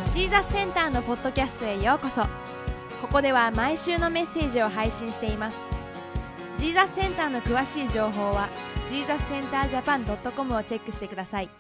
ジーザスセンターのポッドキャストへようこそ。ここでは毎週のメッセージを配信しています。ジーザスセンターの詳しい情報は jesuscenterjapan.com をチェックしてください。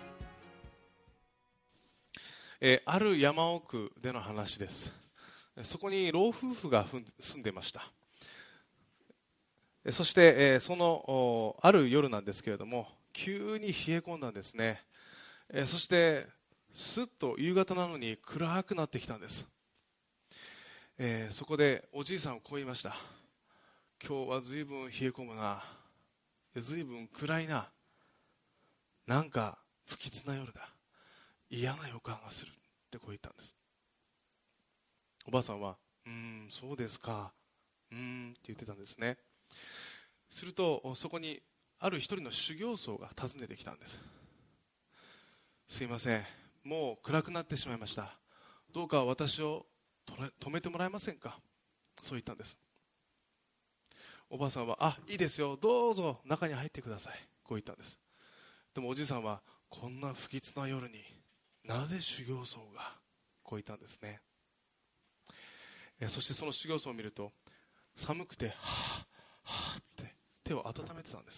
ある山奥での話です。そこに老夫婦が住んでいました。そして、そのある夜なんですけれども、急に冷え込んだんですね。そしてすっと夕方なのに暗くなってきたんです。そこでおじいさんはこう言いました。今日はずいぶん冷え込むな、ずいぶん暗いな、なんか不吉な夜だ、嫌な予感がするってこう言ったんです。おばあさんはそうですかって言ってたんですね。するとそこにある一人の修行僧が訪ねてきたんです。すいません、もう暗くなってしまいました、どうか私を止めてもらえませんか、そう言ったんです。おばあさんは、いいですよ、どうぞ中に入ってください、こう言ったんです。でもおじいさんは、こんな不吉な夜になぜ修行僧が、こう言ったんですね。そしてその修行僧を見ると、寒くてはぁって手を温めてたんです。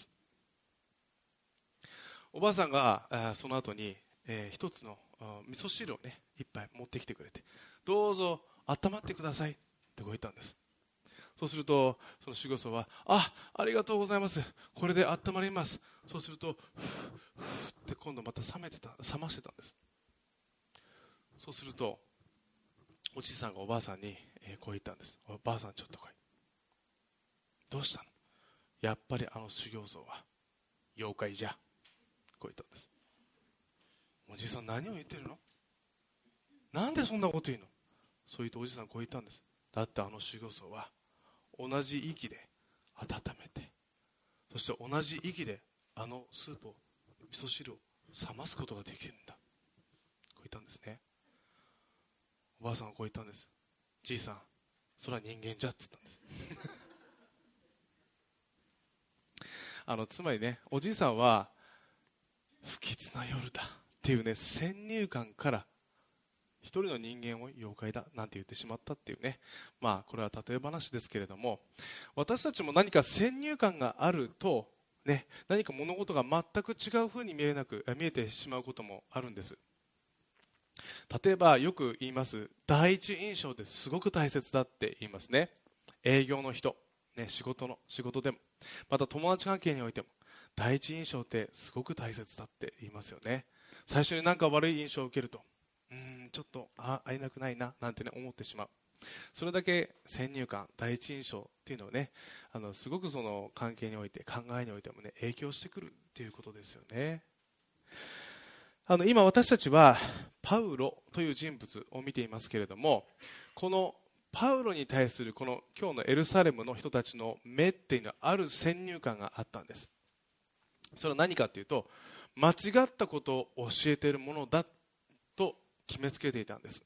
おばあさんがその後に、一つの味噌汁をね一杯持ってきてくれて、どうぞ温まってくださいってこう言ったんです。そうするとその修行僧は、ありがとうございます、これで温まります。そうするとふーって今度また冷ましてたんです。そうするとおじいさんがおばあさんに、こう言ったんです。おばあさん、ちょっと来い、どうしたの、やっぱりあの修行僧は妖怪じゃ、こう言ったんです。おじいさん、何を言ってるの、なんでそんなこと言うの、そう言うとおじいさんこう言ったんです。だってあの修行僧は同じ息で温めて、そして同じ息であのスープを、味噌汁を冷ますことができるんだ、こう言ったんですね。おばあさんはこう言ったんです。じいさん、それは人間じゃって言ったんですつまりね、おじいさんは不吉な夜だっていうね、先入観から一人の人間を妖怪だなんて言ってしまったっていうね、これは例え話ですけれども、私たちも何か先入観があると、ね、何か物事が全く違う風に見えてしまうこともあるんです。例えばよく言います、第一印象ですごく大切だって言いますね。営業の人、ね、仕事でも、また友達関係においても第一印象ってすごく大切だって言いますよね。最初に何か悪い印象を受けると、ちょっと会いたくないななんてね思ってしまう。それだけ先入観、第一印象っていうのはね、すごくその関係において、考えにおいてもね影響してくるっていうことですよね。今私たちはパウロという人物を見ていますけれども、このパウロに対するこの今日のエルサレムの人たちの目っていうのはある先入観があったんです。それは何かというと、間違ったことを教えているものだと決めつけていたんです。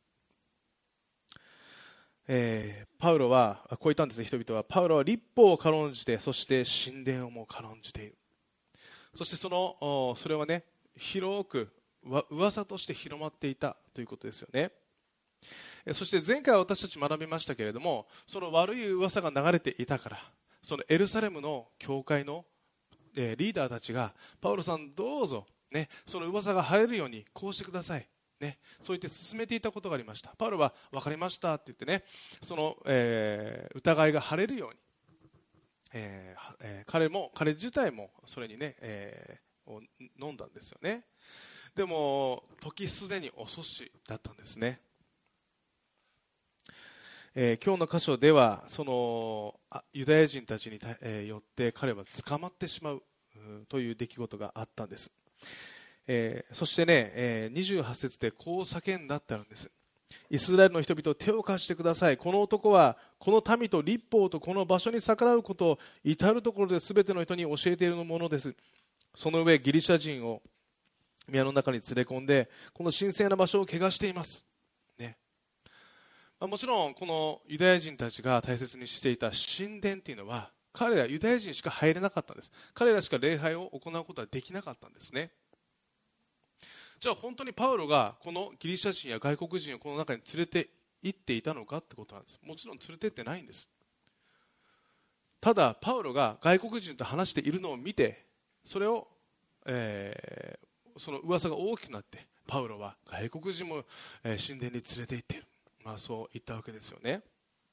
パウロはこう言ったんですね。人々は、パウロは律法を軽んじて、そして神殿をも軽んじている。そしてそれはね、広く噂として広まっていたということですよね。そして前回私たち学びましたけれども、その悪い噂が流れていたから、そのエルサレムの教会のリーダーたちが、パウロさんどうぞ、ね、その噂が入るようにこうしてください、ね、そう言って進めていたことがありました。パウロは分かりましたって言ってね、その、疑いが晴れるように、彼自体もそれにね、飲んだんですよね。でも時すでに遅しだったんですね。今日の箇所ではそのユダヤ人たちによって彼は捕まってしまうという出来事があったんです。そしてね、28節でこう叫んだってあるんです。イスラエルの人々、手を貸してください。この男はこの民と律法とこの場所に逆らうことを至るところで全ての人に教えているものです。その上ギリシャ人を宮の中に連れ込んでこの神聖な場所を汚しています、ね。もちろんこのユダヤ人たちが大切にしていた神殿というのは彼らユダヤ人しか入れなかったんです。彼らしか礼拝を行うことはできなかったんですね。 じゃあ本当にパウロがこのギリシャ人や外国人をこの中に連れて行っていたのかってことなんです。もちろん連れて行ってないんです。ただパウロが外国人と話しているのを見て、それを、その噂が大きくなって、パウロは外国人も、神殿に連れて行っている、そう言ったわけですよね。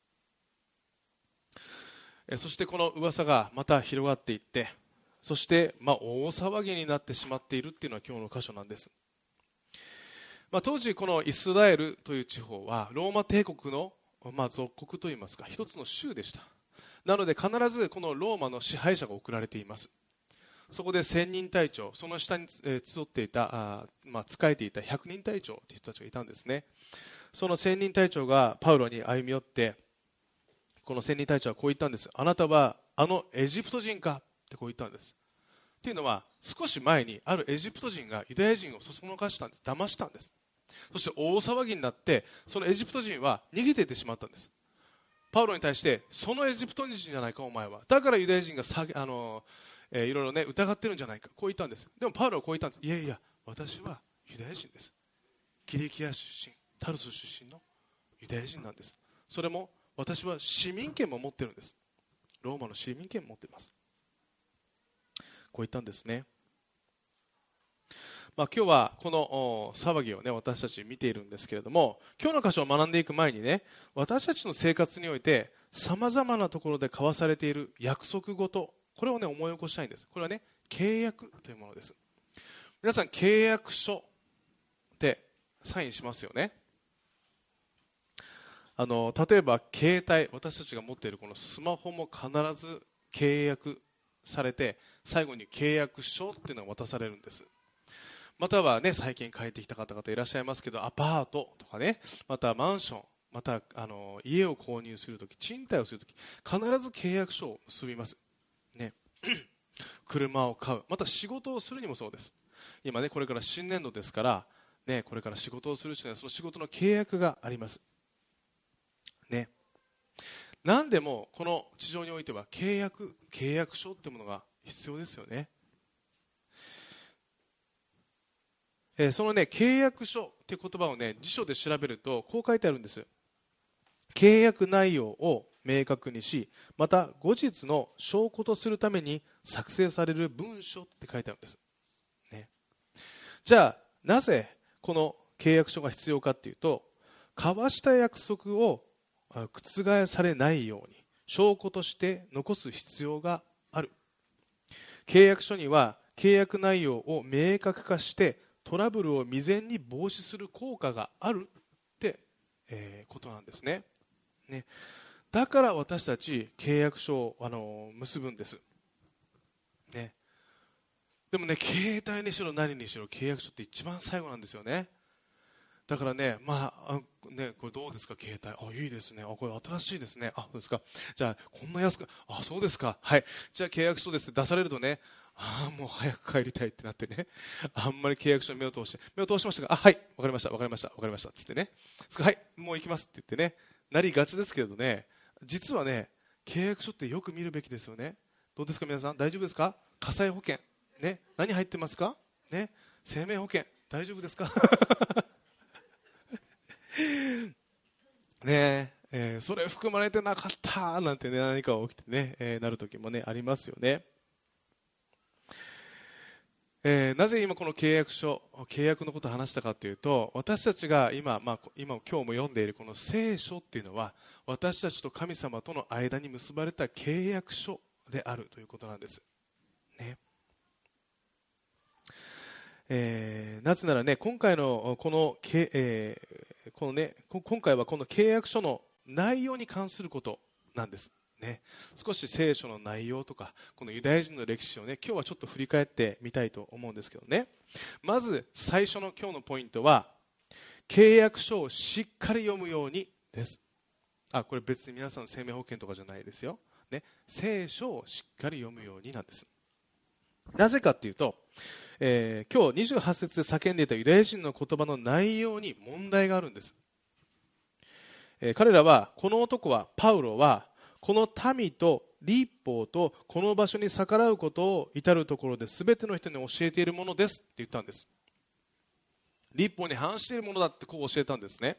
そしてこの噂がまた広がっていって、そして、大騒ぎになってしまっているっていうのは今日の箇所なんです。当時このイスラエルという地方はローマ帝国の、属国といいますか、一つの州でした。なので必ずこのローマの支配者が送られています。そこで千人隊長、その下に集っていた、仕えていた百人隊長という人たちがいたんですね。その千人隊長がパウロに歩み寄って、この千人隊長はこう言ったんです。あなたはあのエジプト人かってこう言ったんです。というのは、少し前にあるエジプト人がユダヤ人をそそのかしたんです。騙したんです。そして大騒ぎになって、そのエジプト人は逃げていってしまったんです。パウロに対して、そのエジプト人じゃないかお前は、だからユダヤ人がいろいろね疑ってるんじゃないか、こう言ったんです。でもパウロはこう言ったんです。いやいや、私はユダヤ人です。キリキア出身、タルス出身のユダヤ人なんです。それも私は市民権も持ってるんです。ローマの市民権も持っています。こう言ったんですね。今日はこの騒ぎをね、私たち見ているんですけれども、今日の箇所を学んでいく前にね、私たちの生活においてさまざまなところで交わされている約束事、これをね思い起こしたいんです。これはね、契約というものです。皆さん契約書でサインしますよね。例えば携帯、私たちが持っているこのスマホも必ず契約されて、最後に契約書っていうのが渡されるんです。またはね、最近帰ってきた方々いらっしゃいますけど、アパートとかね、またマンション、また家を購入するとき、賃貸をするとき、必ず契約書を結びます、ね、車を買う、また仕事をするにもそうです。今ね、これから新年度ですから、ね、これから仕事をする人にはその仕事の契約があります、ね、何でもこの地上においては契約書というものが必要ですよね。そのね、契約書という言葉をね、辞書で調べるとこう書いてあるんです。契約内容を明確にし、また後日の証拠とするために作成される文書って書いてあるんです、ね、じゃあなぜこの契約書が必要かというと、交わした約束を覆されないように証拠として残す必要がある。契約書には契約内容を明確化してトラブルを未然に防止する効果があるって、ことなんですね。だから私たち契約書を結ぶんです、ね、でもね、携帯にしろ何にしろ契約書って一番最後なんですよね。だからね、これどうですか携帯、いいですね、これ新しいですね、そうですか、じゃあこんな安く、そうですか、はい、じゃあ契約書ですって出されるとね、もう早く帰りたいってなってね、あんまり契約書に目を通しましたが、はい、わかりましたっつってね、はい、もう行きますって言ってね、なりがちですけれどね、実はね、契約書ってよく見るべきですよね。どうですか皆さん、大丈夫ですか。火災保険、ね、何入ってますか、ね、生命保険大丈夫ですかねそれ含まれてなかったなんてね、何か起きてね、なる時もねありますよね。なぜ今この契約のことを話したかというと、私たちが今日も読んでいるこの聖書っていうのは、私たちと神様との間に結ばれた契約書であるということなんです、ね。なぜならね、今回はこの契約書の内容に関することなんですね。少し聖書の内容とかこのユダヤ人の歴史をね、今日はちょっと振り返ってみたいと思うんですけどね。まず最初の今日のポイントは、契約書をしっかり読むようにです。これ別に皆さんの生命保険とかじゃないですよ、ね、聖書をしっかり読むようになんです。なぜかというと、今日28節で叫んでいたユダヤ人の言葉の内容に問題があるんです。彼らは、この男はパウロはこの民と律法とこの場所に逆らうことを至るところで全ての人に教えているものですって言ったんです。 律法に反しているものだってこう教えたんですね。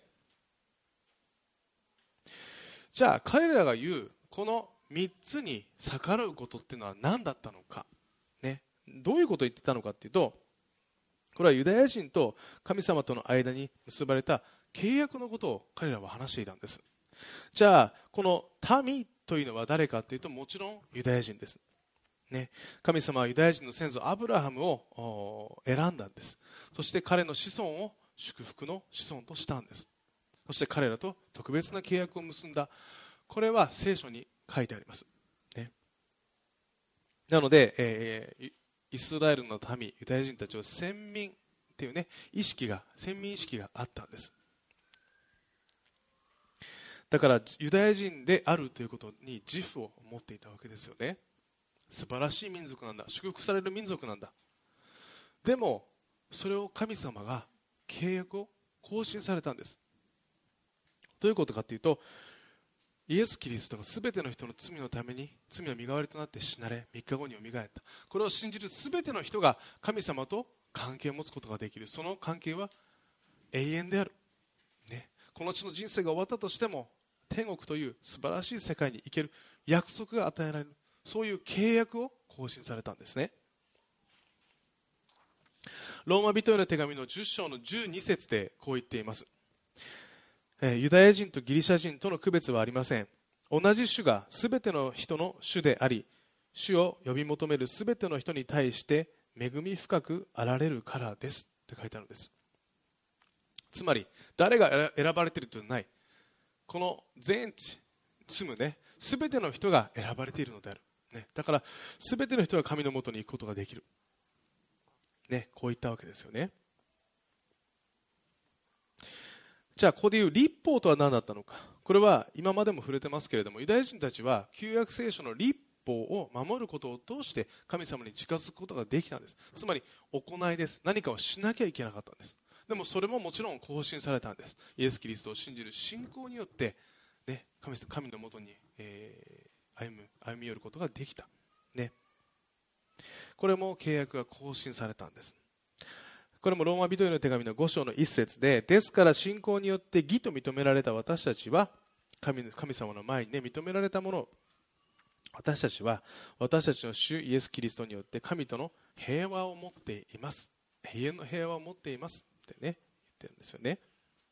じゃあ彼らが言うこの3つに逆らうことっていうのは何だったのか、ね、どういうことを言ってたのかっていうと、これはユダヤ人と神様との間に結ばれた契約のことを彼らは話していたんです。じゃあこの民というのは誰かというと、もちろんユダヤ人です、ね、神様はユダヤ人の先祖アブラハムを選んだんです。そして彼の子孫を祝福の子孫としたんです。そして彼らと特別な契約を結んだ。これは聖書に書いてあります、ね、なので、イスラエルの民、ユダヤ人たちを先民っていうね、先民意識があったんです。だからユダヤ人であるということに自負を持っていたわけですよね。素晴らしい民族なんだ、祝福される民族なんだ。でもそれを神様が契約を更新されたんです。どういうことかというと、イエス・キリストが全ての人の罪のために罪の身代わりとなって死なれ、3日後によみがえった。これを信じる全ての人が神様と関係を持つことができる。その関係は永遠である、ね、この地の人生が終わったとしても天国という素晴らしい世界に行ける約束が与えられる、そういう契約を更新されたんですね。ローマ人への手紙の10章の12節でこう言っています。ユダヤ人とギリシャ人との区別はありません。同じ主がすべての人の主であり、主を呼び求めるすべての人に対して恵み深くあられるからですって書いてあるんです。つまり誰が選ばれているというのはない。この全地住むね、すべての人が選ばれているのである、ね、だからすべての人が神のもとに行くことができる、ね、こう言ったわけですよね。じゃあここでいう律法とは何だったのか。これは今までも触れてますけれども、ユダヤ人たちは旧約聖書の律法を守ることを通して神様に近づくことができたんです。つまり行いです。何かをしなきゃいけなかったんです。でもそれももちろん更新されたんです。イエス・キリストを信じる信仰によって、ね、神のもとに、歩み寄ることができた、ね、これも契約が更新されたんです。これもローマ人への手紙の5章の1節で、ですから信仰によって義と認められた私たちは、神様の前に、ね、認められたものを、私たちは私たちの主イエス・キリストによって神との平和を持っています。永遠の平和を持っていますってね、言ってるんですよね。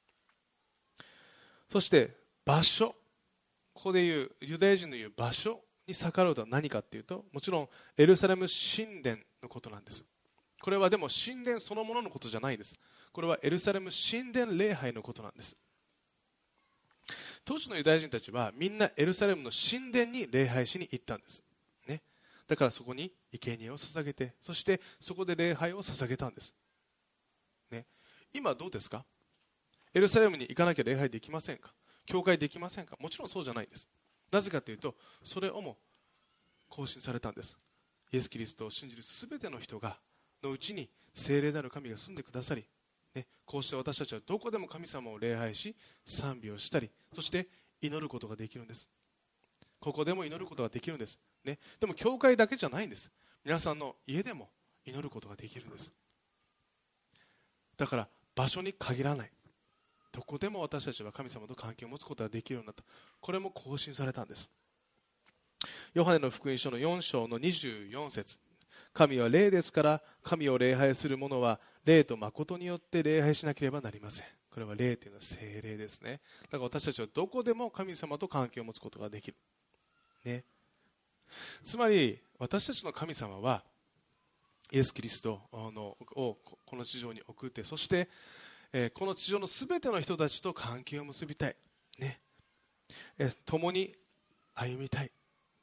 そして場所、ここでいうユダヤ人の言う場所に逆らうとは何かっていうと、もちろんエルサレム神殿のことなんです。これはでも神殿そのもののことじゃないです。これはエルサレム神殿礼拝のことなんです。当時のユダヤ人たちはみんなエルサレムの神殿に礼拝しに行ったんです、ね、だからそこに生贄を捧げて、そしてそこで礼拝を捧げたんです、ね、今どうですか？エルサレムに行かなきゃ礼拝できませんか？教会できませんか？もちろんそうじゃないんです。なぜかというと、それをも更新されたんです。イエス・キリストを信じるすべての人がのうちに聖霊なる神が住んでくださり、ね、こうして私たちはどこでも神様を礼拝し賛美をしたり、そして祈ることができるんです。ここでも祈ることができるんです、ね、でも教会だけじゃないんです。皆さんの家でも祈ることができるんです。だから場所に限らない、どこでも私たちは神様と関係を持つことができるようになった。これも更新されたんです。ヨハネの福音書の4章の24節、神は霊ですから、神を礼拝する者は霊と誠によって礼拝しなければなりません。これは霊というのは聖霊ですね。だから私たちはどこでも神様と関係を持つことができる、ね、つまり私たちの神様はイエス・キリストをこの地上に送って、そして、この地上のすべての人たちと関係を結びたい、ね、共に歩みたい、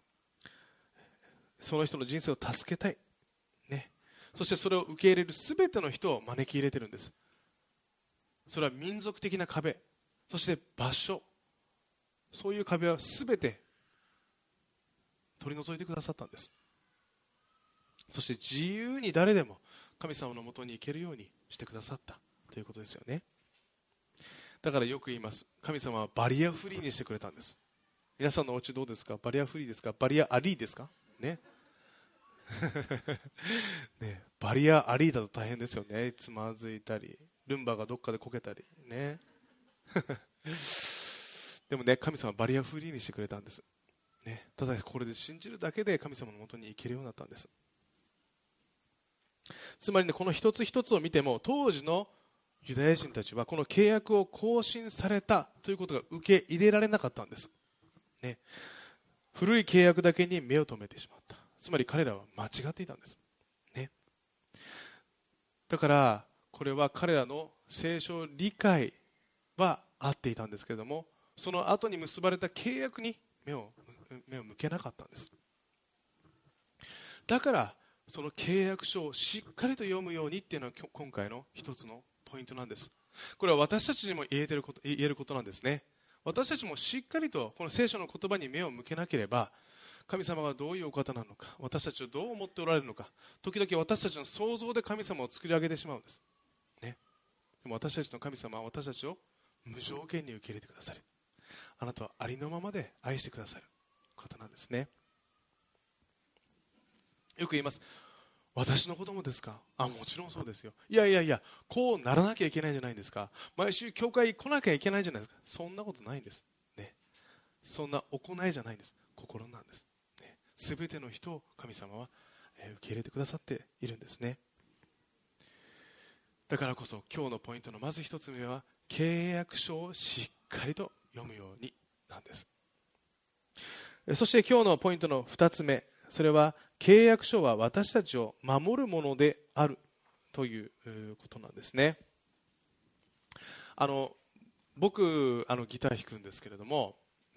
その人の人生を助けたい、ね、そしてそれを受け入れるすべての人を招き入れているんです。それは民族的な壁、そして場所、そういう壁はすべて取り除いてくださったんです。そして自由に誰でも神様のもとに行けるようにしてくださったということですよね。だからよく言います。神様はバリアフリーにしてくれたんです。皆さんのお家どうですか？バリアフリーですか？バリアアリーですかね。ね、バリアありだと大変ですよね。つまずいたり、 ルンバがどっかでこけたりねでもね、神様はバリアフリーにしてくれたんです、ね、ただこれで信じるだけで神様のもとに行けるようになったんです。つまりね、この一つ一つを見ても当時のユダヤ人たちはこの契約を更新されたということが受け入れられなかったんです、ね、古い契約だけに目を留めてしまった。つまり彼らは間違っていたんです、ね、だからこれは彼らの聖書理解は合っていたんですけれども、その後に結ばれた契約に目を向けなかったんです。だからその契約書をしっかりと読むようにっていうのは今回の一つのポイントなんです。これは私たちにも言えることなんですね。私たちもしっかりとこの聖書の言葉に目を向けなければ、神様はどういうお方なのか、私たちをどう思っておられるのか、時々私たちの想像で神様を作り上げてしまうんです、ね、でも私たちの神様は私たちを無条件に受け入れてくださる。あなたはありのままで愛してくださる方なんですね。よく言います。私のこともですか。もちろんそうですよ。いやこうならなきゃいけないんじゃないんですか。毎週教会来なきゃいけないんじゃないですか。そんなことないんです、ね、そんな行いじゃないんです。心なんです、ね、全ての人を神様は受け入れてくださっているんですね。だからこそ今日のポイントのまず一つ目は、契約書をしっかりと読むようになんです。そして今日のポイントの2つ目、それは契約書は私たちを守るものであるということなんですね。僕ギター弾くんですけれども、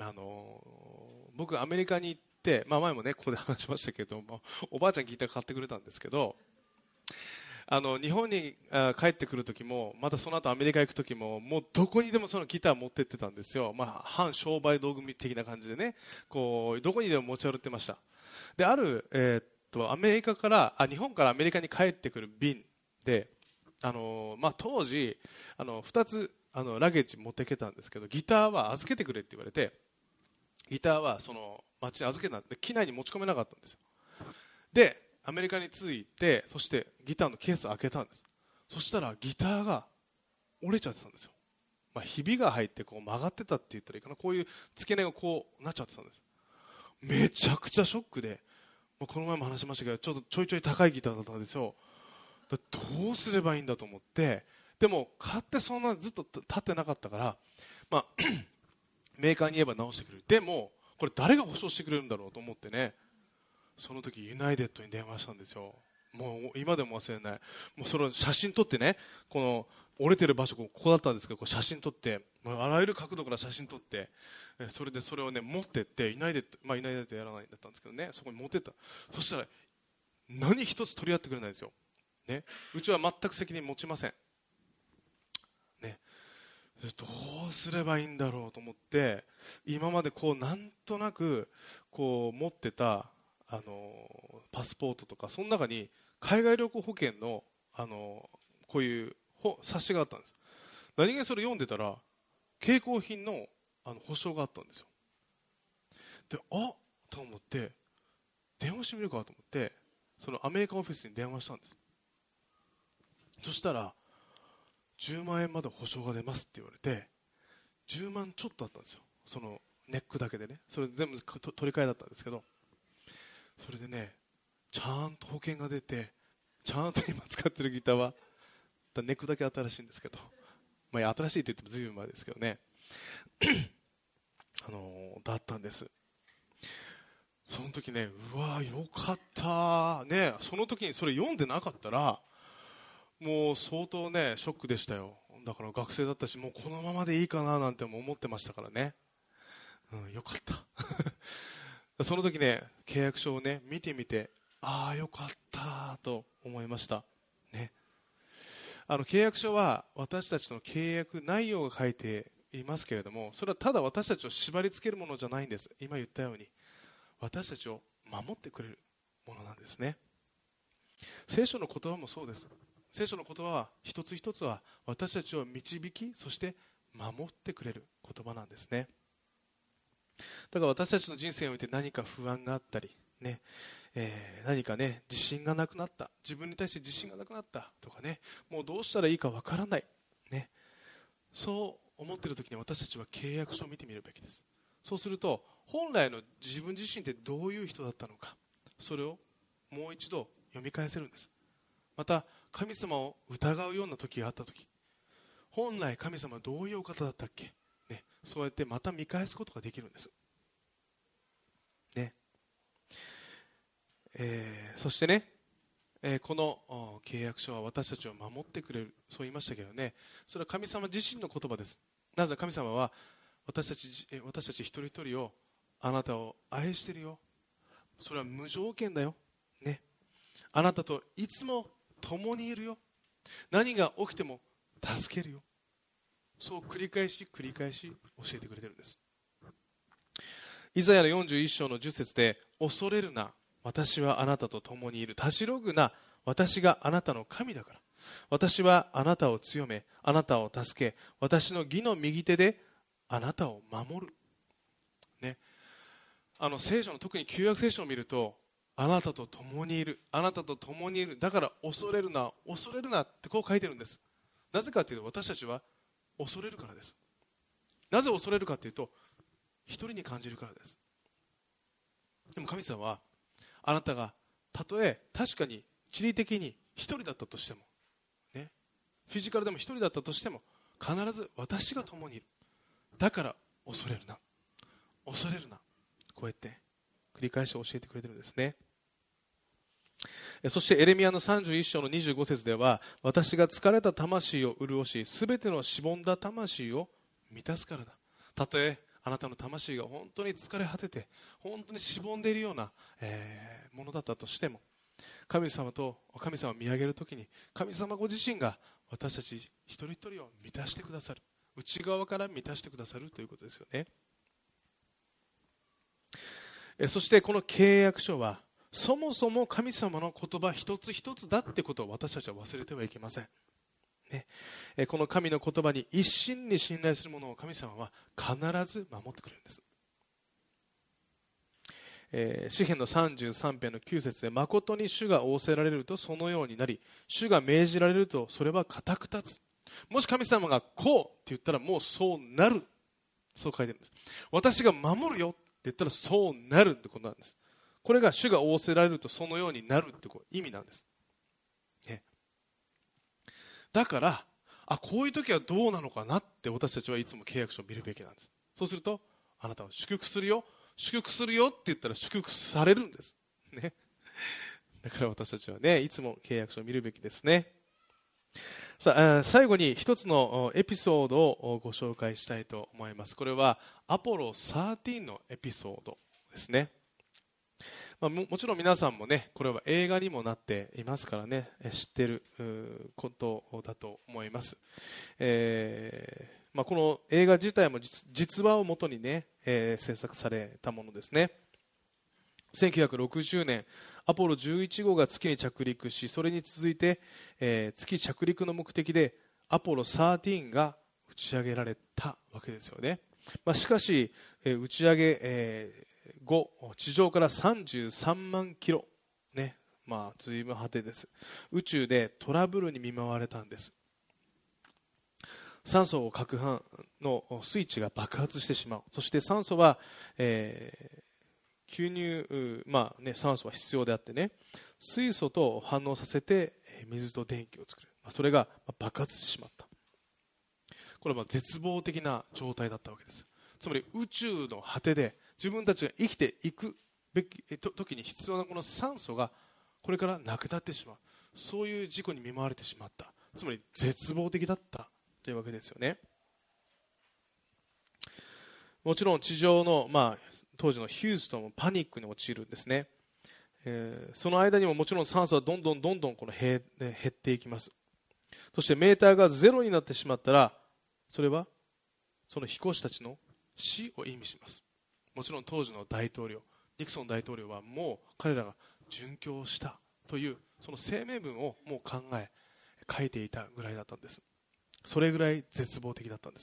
僕アメリカに行って、前もねここで話しましたけども、おばあちゃんギター買ってくれたんですけど、日本に帰ってくる時も、またその後アメリカ行く時も、もうどこにでもそのギター持ってってたんですよ。反商売道具的な感じでね、こうどこにでも持ち歩いてました。である、アメリカから日本からアメリカに帰ってくる便で、当時2つラゲッジ持っていけたんですけど、ギターは預けてくれって言われて、ギターはその町に預けたんで機内に持ち込めなかったんですよ。でアメリカに着いて、そしてギターのケースを開けたんです。そしたらギターが折れちゃってたんですよ。ひびが入ってこう曲がってたって言ったらいいかな、こういう付け根がこうなっちゃってたんです。めちゃくちゃショックで、この前も話しましたけど、ちょいちょい高いギターだったんですよ。どうすればいいんだと思って、でも買ってそんなずっと経ってなかったから、メーカーに言えば直してくれる。でもこれ誰が保証してくれるんだろうと思ってね、その時ユナイテッドに電話したんですよ。もう今でも忘れない。もうそれ写真撮ってね、この折れてる場所ここだったんですけど、こう写真撮って、あらゆる角度から写真撮って、それをね持ってってユナイテッドやらないんだったんですけどね、そこに持ってった。そしたら何一つ取り合ってくれないんですよ、ね、うちは全く責任持ちません、ね、どうすればいいんだろうと思って、今までこうなんとなくこう持ってたパスポートとか、その中に海外旅行保険のこういう冊子があったんです。何気にそれ読んでたら携行品の保証があったんですよ。でと思って電話してみるかと思って、そのアメリカオフィスに電話したんです。そしたら10万円まで保証が出ますって言われて、10万ちょっとあったんですよ、そのネックだけでね。それ全部取り替えだったんですけど、それでねちゃんと保険が出て、ちゃんと今使ってるギターはネックだけ新しいんですけど、新しいって言っても随分前ですけどねだったんです。その時ね、うわよかったね。その時にそれ読んでなかったらもう相当ねショックでしたよ。だから学生だったし、もうこのままでいいかななんて思ってましたからね、よかったその時ね契約書をね見てみて、よかったと思いました、ね、契約書は私たちの契約内容が書いていますけれども、それはただ私たちを縛り付けるものじゃないんです。今言ったように私たちを守ってくれるものなんですね。聖書の言葉もそうです。聖書の言葉は一つ一つは私たちを導き、そして守ってくれる言葉なんですね。だから私たちの人生において何か不安があったりね、何かね自信がなくなった、自分に対して自信がなくなったとかね、もうどうしたらいいかわからない、 そう思っているときに私たちは契約書を見てみるべきです。そうすると本来の自分自身ってどういう人だったのか、それをもう一度読み返せるんです。また神様を疑うような時があったとき、本来神様はどういうお方だったっけ、ね、そうやってまた見返すことができるんです、ね。そしてね、この契約書は私たちを守ってくれる、そう言いましたけどね、それは神様自身の言葉です。なぜ神様は私たち一人一人を、あなたを愛してるよ、それは無条件だよ、ね、あなたといつも共にいるよ、何が起きても助けるよ、そう繰り返し教えてくれてるんです。イザヤの41章の10節で、恐れるな、私はあなたと共にいる、たじろぐな、私があなたの神だから、私はあなたを強め、あなたを助け、私の義の右手であなたを守る、ね、聖書の特に旧約聖書を見ると、あなたと共にいる、あなたと共にいる、だから恐れるなってこう書いてるんです。なぜかというと、私たちは恐れるからです。なぜ恐れるかというと、一人に感じるからです。でも神様は、あなたがたとえ確かに地理的に一人だったとしても、ね、フィジカルでも一人だったとしても、必ず私が共にいる、だから恐れるな、こうやって繰り返し教えてくれてるんですね。そしてエレミヤの31章の25節では、私が疲れた魂を潤し、すべてのしぼんだ魂を満たすからだ。たとえあなたの魂が本当に疲れ果てて、本当にしぼんでいるような、ものだったとしても、神様を見上げるときに、神様ご自身が私たち一人一人を満たしてくださる、内側から満たしてくださるということですよね。そしてこの契約書は、そもそも神様の言葉一つ一つだってことを私たちは忘れてはいけません、ね。この神の言葉に一心に信頼するものを神様は必ず守ってくれるんです。詩編の33編の9節で、誠に主が仰せられるとそのようになり、主が命じられるとそれは固く立つ。もし神様がこうって言ったらもうそうなる、そう書いてるんです。私が守るよって言ったらそうなるってことなんです。これが主が仰せられるとそのようになるって意味なんです、ね。だからこういう時はどうなのかなって私たちはいつも契約書を見るべきなんです。そうすると、あなたを祝福するよって言ったら祝福されるんです、ね。だから私たちはね、いつも契約書を見るべきですね。さあ、最後に一つのエピソードをご紹介したいと思います。これはアポロ13のエピソードですね。もちろん皆さんもね、これは映画にもなっていますからね、知っていることだと思います。この映画自体も実話をもとにね、制作されたものですね。1960年、アポロ11号が月に着陸し、それに続いて、月着陸の目的でアポロ13が打ち上げられたわけですよね。しかし、打ち上げ、後、地上から33万キロ、ね、随分果てです。宇宙でトラブルに見舞われたんです。酸素攪拌のスイッチが爆発してしまう。そして酸素は、吸入、酸素は必要であってね、水素と反応させて水と電気を作る。それが爆発してしまった。これは絶望的な状態だったわけです。つまり宇宙の果てで自分たちが生きていくべき時に必要なこの酸素がこれからなくなってしまう、そういう事故に見舞われてしまった。つまり絶望的だったというわけですよね。もちろん地上の、当時のヒューストンもパニックに陥るんですね。その間にももちろん酸素はどんどんこの減っていきます。そしてメーターがゼロになってしまったら、それはその飛行士たちの死を意味します。もちろん当時の大統領ニクソン大統領はもう彼らが殉教したというその声明文をもう書いていたぐらいだったんです。それぐらい絶望的だったんです。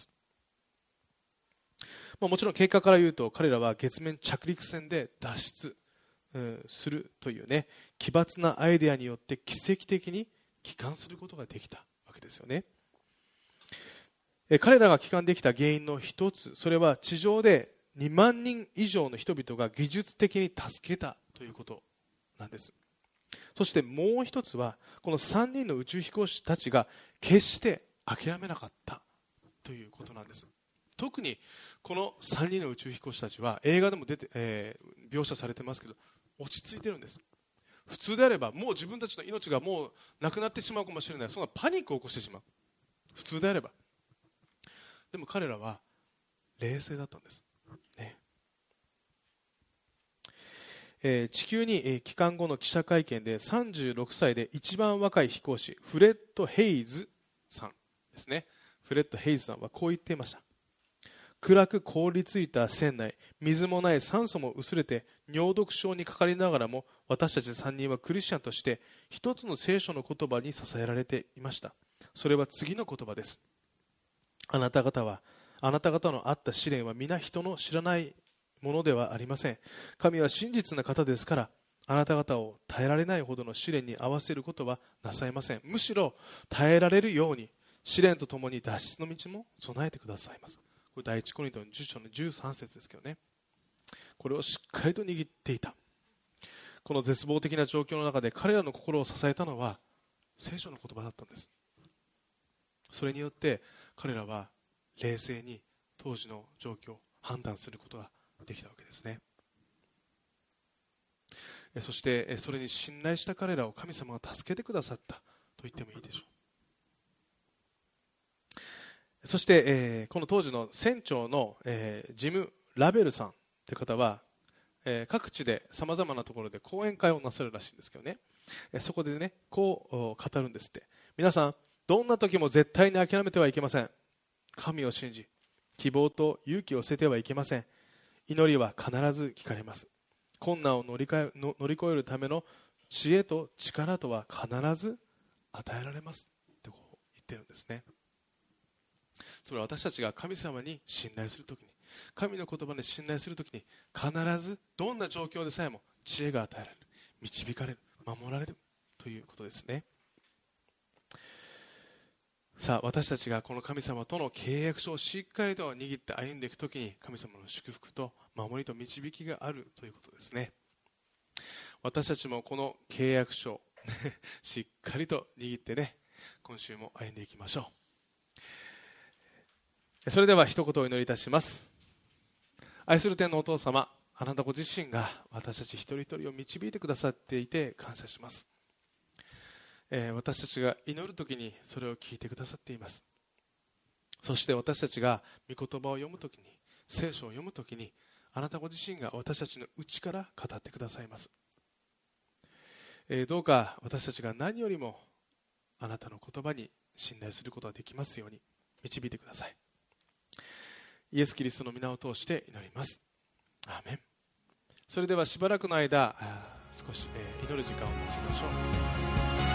もちろん結果から言うと、彼らは月面着陸船で脱出するというね、奇抜なアイデアによって奇跡的に帰還することができたわけですよね。 彼らが帰還できた原因の一つ、それは地上で2万人以上の人々が技術的に助けたということなんです。そしてもう一つは、この3人の宇宙飛行士たちが決して諦めなかったということなんです。特にこの3人の宇宙飛行士たちは映画でも描写されてますけど、落ち着いてるんです。普通であればもう自分たちの命がもうなくなってしまうかもしれない、そんなパニックを起こしてしまう、普通であれば。でも彼らは冷静だったんです、ね。地球に帰還後の記者会見で36歳で一番若い飛行士フレッド・ヘイズさんですね。フレッド・ヘイズさんはこう言っていました。暗く凍りついた船内、水もない酸素も薄れて尿毒症にかかりながらも、私たち3人はクリスチャンとして一つの聖書の言葉に支えられていました。それは次の言葉です。あなた方のあった試練は皆人の知らないものではありません。神は真実な方ですから、あなた方を耐えられないほどの試練に合わせることはなさいません。むしろ耐えられるように試練とともに脱出の道も備えてくださいます。これ第一コリントの10章の13節ですけどね。これをしっかりと握っていた。この絶望的な状況の中で彼らの心を支えたのは聖書の言葉だったんです。それによって彼らは冷静に当時の状況を判断することができたわけですね。そしてそれに信頼した彼らを神様が助けてくださったと言ってもいいでしょう。そして、この当時の船長の、ジム・ラベルさんという方は、各地でさまざまなところで講演会をなさるらしいんですけどね、そこでねこう語るんですって。皆さん、どんな時も絶対に諦めてはいけません。神を信じ、希望と勇気を捨ててはいけません。祈りは必ず聞かれます。困難を乗り越えるための知恵と力とは必ず与えられますってこう言ってるんですね。それは私たちが神様に信頼するときに、神の言葉に信頼するときに、必ずどんな状況でさえも知恵が与えられる、導かれる、守られるということですね。さあ、私たちがこの神様との契約書をしっかりと握って歩んでいくときに、神様の祝福と守りと導きがあるということですね。私たちもこの契約書をしっかりと握ってね、今週も歩んでいきましょう。それでは一言お祈りいたします。愛する天のお父様、あなたご自身が私たち一人一人を導いてくださっていて感謝します。私たちが祈るときにそれを聞いてくださっています。そして私たちが御言葉を読むときに、聖書を読むときに、あなたご自身が私たちの内から語ってくださいます。どうか私たちが何よりもあなたの言葉に信頼することができますように導いてください。イエス・キリストの皆を通して祈ります。アーメン。それではしばらくの間少し祈る時間を持ちましょう。